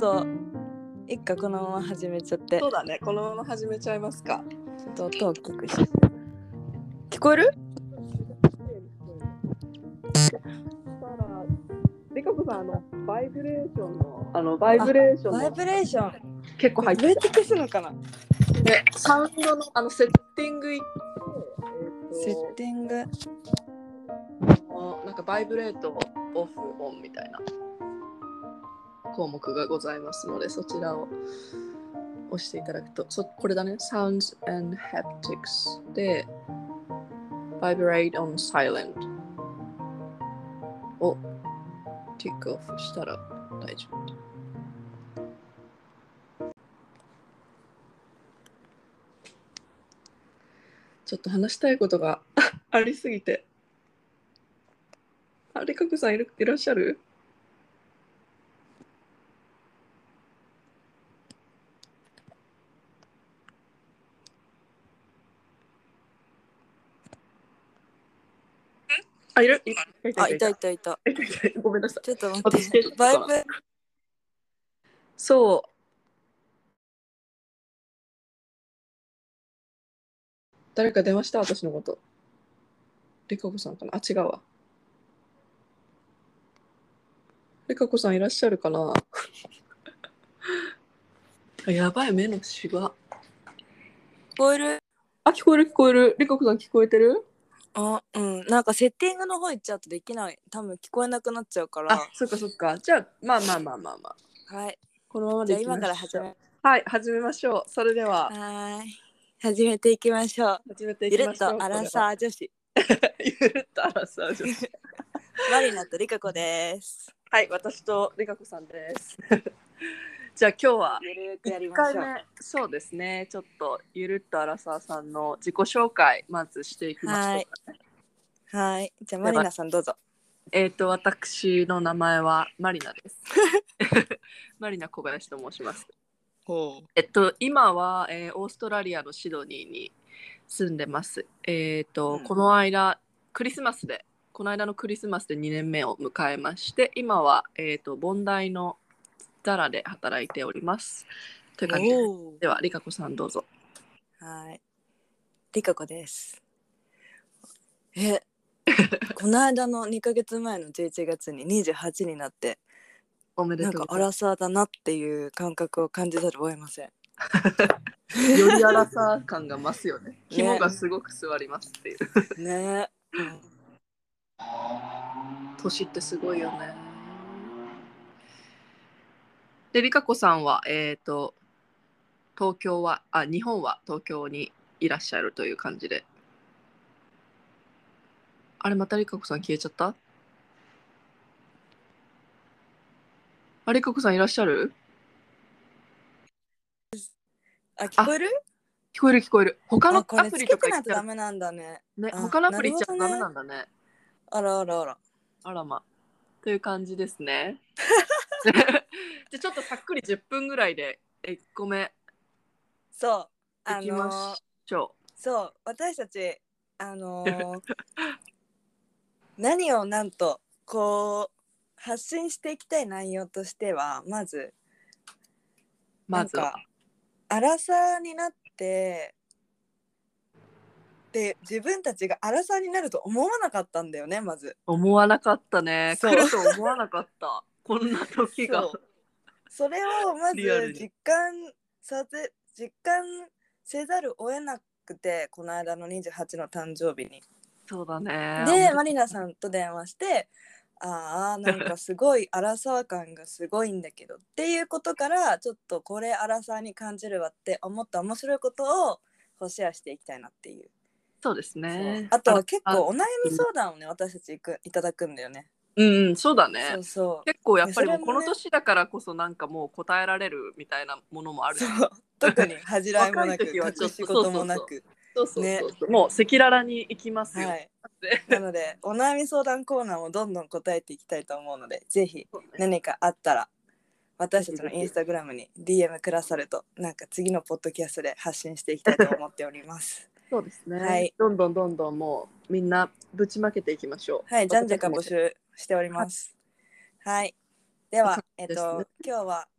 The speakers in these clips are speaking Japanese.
と一回このまま始めちゃって。 そうだね、このまま始めちゃいますか。 ちょっと音を大きくして。聞こえる？ リカコさん、バイブレーションのバイブレーションのバイブレーション結構入ってブレティクスのかな。 で、サウンドのセッティング行って、 セッティングなんかバイブレートオフオンみたいな項目がございますので、そちらを押していただくと、これだね、Sounds and Haptics で Vibrate on Silent をティックオフしたら大丈夫。ちょっと話したいことがありすぎて。リカコさんいらっしゃる？いる？ いた。 ごめんなさい。 ちょっと待って。バイブそう。誰か電話した？私のこと。リカコさんかな？違うわ。リカコさんいらっしゃるかな？やばい、目のシワ。 聞こえる？ 聞こえる。リカコさん聞こえてる？ なんかセッティングの方行っちゃうとできない。多分聞こえなくなっちゃうから。 そっか。じゃあ、まあ。 はい。 このままでいきましょう。 じゃあ今から始め。 はい、始めましょう。それでは。 始めていきましょう。 ゆるっとアラサー女子。 ゆるっとアラサー女子。 マリナとリカコです。 はい、私とリカコさんです。じゃあ今日は1回目、そうですね、ちょっとゆるっとアラサーさんの自己紹介まずしていきましょうかね。 はい。じゃあマリナさんどうぞ。 私の名前はマリナです。マリナ小林と申します。今は、オーストラリアのシドニーに住んでます。この間この間のクリスマスで2年目を迎えまして、今は、ボンダイのザラで働いております。という感じです。では、リカコさんどうぞ。 はい。リカコです。この間の2ヶ月前の11月に28になって、 おめでとうなんかアラサーだなっていう感覚を感じざるを得ません。 よりアラサー感が増すよね。肝がすごく座りますっていうね。 年ってすごいよね。で、リカコさんは日本は東京にいらっしゃるという感じで。またリカコさん消えちゃった？リカコさんいらっしゃる？ 聞こえる？ 聞こえる。他のアプリとかないとダメなんだね。 他のアプリ行っちゃダメなんだね。 あらま。という感じですね。じゃちょっとさっくり10分ぐらいで1個目そういきましょう。 そう私たち何をなんとこう発信していきたい内容としてはまずなんかアラサーになってで自分たちがアラサーになると思わなかったんだよね。まず思わなかったね。来ると思わなかったこんな時が。 それをまず実感せざるを得なくて、この間の28の誕生日に。 そうだね。 でマリナさんと電話してなんかすごいアラサー感がすごいんだけどっていうことからちょっとこれアラサーに感じるわって思った面白いことをシェアしていきたいなっていう。 そうですね。 あとは結構お悩み相談をね私たちいただくんだよね。 そうだね。結構やっぱりもうこの年だからこそなんかもう答えられるみたいなものもある。 特に恥じらいもなく隠し事もなく。 もう赤裸々に行きますよ。 なのでお悩み相談コーナーをどんどん答えていきたいと思うので、ぜひ何かあったら私たちのインスタグラムに DM くださるとなんか次のポッドキャストで発信していきたいと思っております。 そうですね。どんどんもうみんなぶちまけていきましょう。じゃんじゃか募集しております。はい。では今日は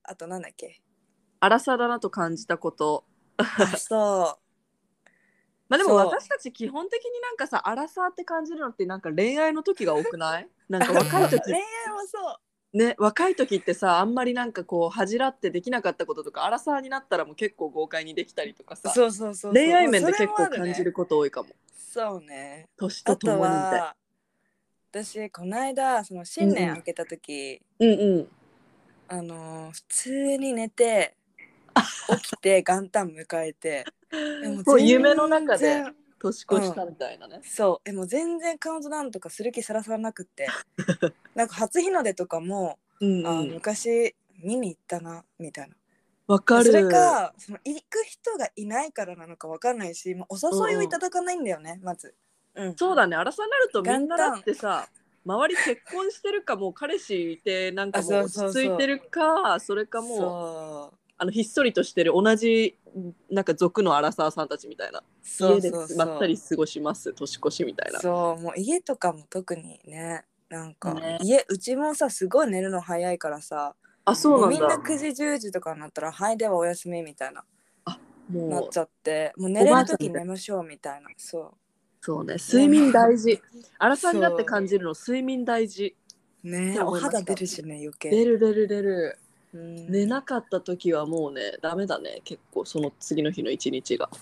あとなんだっけ。 荒さだなと感じたこと。 そうまあでも私たち基本的になんかさ、荒さって感じるのってなんか恋愛の時が多くないなんか若い時恋愛もそうね、若い時ってさ、あんまりなんかこう恥じらってできなかったこととか、荒さになったらもう結構豪快にできたりとかさ、 そう恋愛面でまあ結構感じること多いかも。 そうね。 年ととあともにみたい。 は私この間その新年明けた時、 うんうん。 普通に寝て起きて元旦迎えてもう夢の中で年越したうんみたいなね。 そうもう全然カウントダウンとかする気さらさらなくってなんか初日の出とかも、 うんうん。 昔見に行ったなみたいな。 わかる。 それかその行く人がいないからなのかわかんないし、まあ、お誘いをいただかないんだよね、まず。 そうだね、荒さになるとみんなだ元旦ってさ、周り結婚してるかもう彼氏いてなんかもう落ち着いてるか、それかもうひっそりとしてる同じなんか族の荒沢さんたちみたいな、家でまったり過ごします年越しみたいな。 そうもう家とかも特にねなんか、 ね、 うちもさすごい寝るの早いからさ、 そうなんだ。 もうみんな9時10時とかになったらはいではお休みみたいなもうなっちゃって、もう寝れる時に寝ましょうみたいな。 そうね、睡眠大事。荒さになって感じるの睡眠大事ね。お肌出るしね余計。 出る。寝なかった時はもうねダメだね、結構その次の日の一日が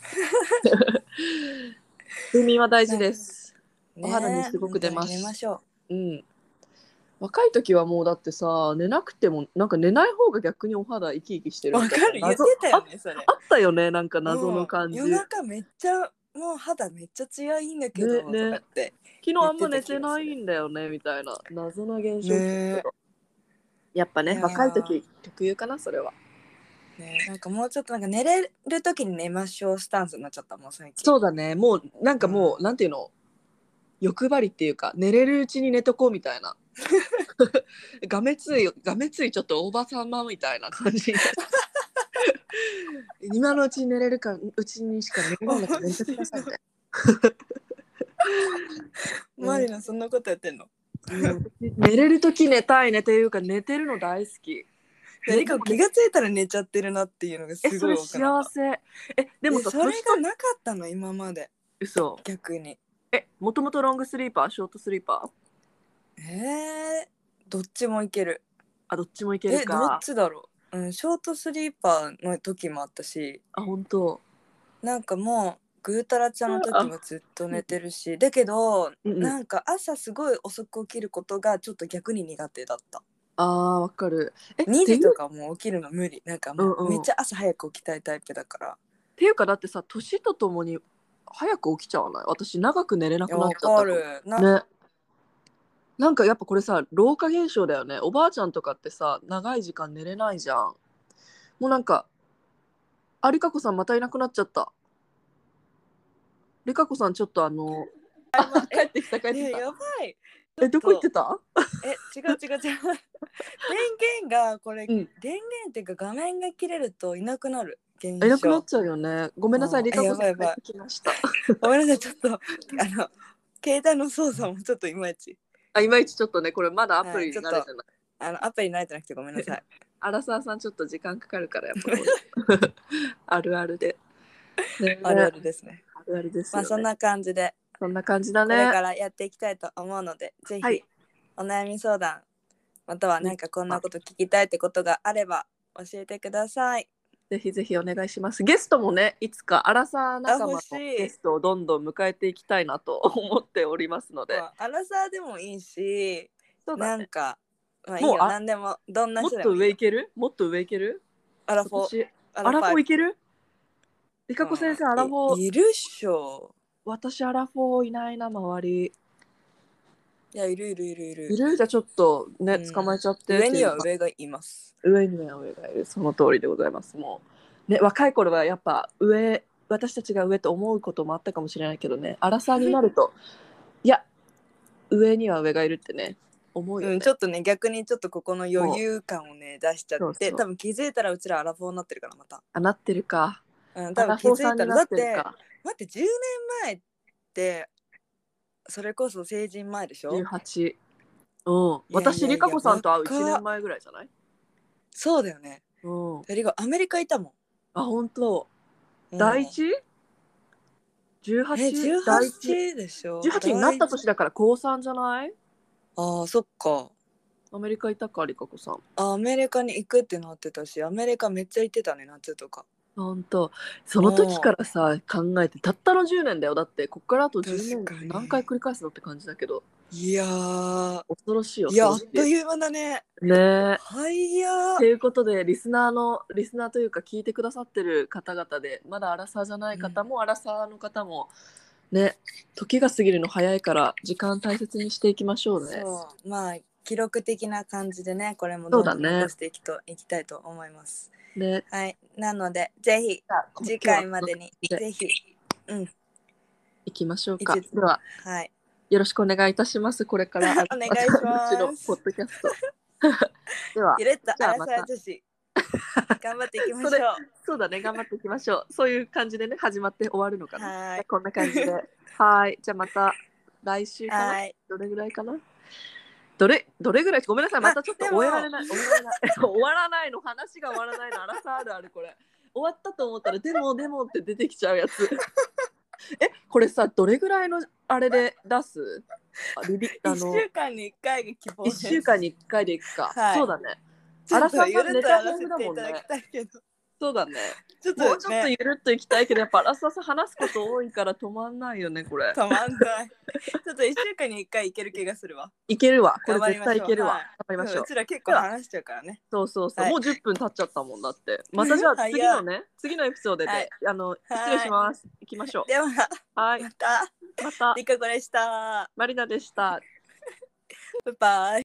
睡眠は大事です、お肌にすごく出ます。 寝ましょう。若い時はもうだってさ、寝なくてもなんか寝ない方が逆にお肌生き生きしてるみたいな。 わかる、言ってたよねそれ。 あったよね、なんか謎の感じ。 夜中めっちゃもう肌めっちゃ艶いいんだけど、とかって昨日あんま寝てないんだよねみたいな謎な現象ね。やっぱね、若い時特有かなそれは。 なんかもうちょっとなんか寝れる時に寝ましょうスタンスになっちゃったもん最近。 そうだね、もうなんかもう、なんていうの、欲張りっていうか寝れるうちに寝とこうみたいながめついちょっとおばさまみたいな感じ今のうちに寝れるかうちにしか寝れないのか寝てくださいみたいな。マリナそんなことやってんの？ 寝れる時寝たいねっていうか寝てるの大好き。 何か気がついたら寝ちゃってるなっていうのがすごい多くなった。 それ幸せ。でもさ、 それがなかったの今まで。 嘘。 逆に。 もともとロングスリーパー、ショートスリーパー？ どっちもいける。 どっちもいけるか。 どっちだろう。ショートスリーパーの時もあったし。 本当。 なんかもうぐーたらちゃんの時はずっと寝てるし、だけど、なんか朝すごい遅く起きることがちょっと逆に苦手だった。 わかる。 2時とかもう起きるの無理。なんかもうめっちゃ朝早く起きたいタイプだから。 っていうかだってさ、年とともに早く起きちゃわない？私長く寝れなくなっちゃった。わかる。ね。なんかやっぱこれさ、老化現象だよね。おばあちゃんとかってさ、長い時間寝れないじゃん。もうなんか、りかこさんまたいなくなっちゃった。りかこさんちょっと帰ってきた。 やばい。 どこ行ってた？ 違う。電源がこれ、電源っていうか画面が切れるといなくなる現象。いなくなっちゃうよね。ごめんなさい、りかこさん帰ってきました。 ごめんなさい、ちょっと携帯の操作もちょっといまいち。 いまいちちょっとね、これまだアプリに慣れてない。 アプリに慣れてなくてごめんなさい。 荒沢さんちょっと時間かかるからやっぱあるあるで。 あるあるですね。 あるあるですよね。そんな感じで。 そんな感じだね。 これからやっていきたいと思うので、ぜひお悩み相談、またはなんかこんなこと聞きたいってことがあれば教えてください。 ぜひぜひお願いします。ゲストもね、いつかアラサー仲間のゲストをどんどん迎えていきたいなと思っておりますので。 アラサーでもいいし、なんか、いいよ、何でも、どんな人でも。もっと上いける？もっと上いける？ アラフォーいける？りかこ先生、アラフォー。 いるっしょ。 私、アラフォーいないな、周り。 いや、いる。 じゃあちょっとね、捕まえちゃって。 上には上がいます。 上には上がいる。その通りでございます。もう。ね、若い頃はやっぱ私たちが上と思うこともあったかもしれないけどね、アラサーになると、いや、上には上がいるってね、思うよね。 ちょっとね、逆にちょっとここの余裕感をね、出しちゃって、多分気づいたらうちらアラフォーになってるからまた。 なってるか。 多分気づいたら、だって待って10年前ってそれこそ成人前でしょ。 18。私りかこさんと会う1年前ぐらいじゃない？ そうだよね。 うん。 2人がアメリカいたもあ、本当。 ん。 第一 ?18? 第一 18でしょ。 18になった年だから高3じゃない？ ああ、そっか。 アメリカいたか、リカコさん。 アメリカに行くってなってたし、アメリカめっちゃ行ってたね、夏とか。 本当。その時からさ、考えて、たったの10年だよ。だって、こっからあと10年確かに何回繰り返すのって感じだけど。 いやー、 恐ろしいよ、 いや、あっ恐ろしい。 という間だね。 ねえ。 はいやということで、リスナーというか、聞いてくださってる方々で、まだアラサーじゃない方も、アラサーの方も、ね、時が過ぎるの早いから、時間大切にしていきましょうね。 そう、まあ記録的な感じでね、これもどんどんそうだね残していきたいと思います。 ね。 はい、なのでぜひ次回までにぜひ行きましょうか。 一では、 はい、 よろしくお願いいたします。これからお願いします私のポッドキャスト。では、 ゆるっとアラじゃあまた。 サー女子頑張っていきまそれしょう。 そうだね、頑張っていきましょう。そういう感じでね、始まって終わるのかな。 はいこんな感じで。はい。じゃあまた来週かな。 はい、 どれぐらいかな。どれぐらい、ごめんなさい。またちょっとでも終えられない。終わらないの。話が終わらないの。アラサーあるあるこれ。終わったと思ったら、でもって出てきちゃうやつ。これさ、どれぐらいのあれで出す 1週間に1回が希望で 1 す。 週間に1回でいくか。 はい、 そうだね。 ちょっとアラサーゆるっとさんネタやらせ豊富だもんていただきね。 たいけど、 そうだね。 ちょっともうちょっとねゆるっといきたいけど、やっぱアラサーさん話すこと多いから止まんないよね、これ。 止まんない。ちょっと1週間に1回いける気がするわ。 いけるわ。これ絶頑張りましょう。 対いけるわ。 はい、 頑張りましょう。 うちら結構話しちゃうからね。 そうそうそう。 はい、 もう10分経っちゃったもんだって。またじゃあ次のね、次のエピソードで、 はい失礼します。行きましょう。 でははい。 またまた、 リカコでした。 マリナでした。 バイバイ。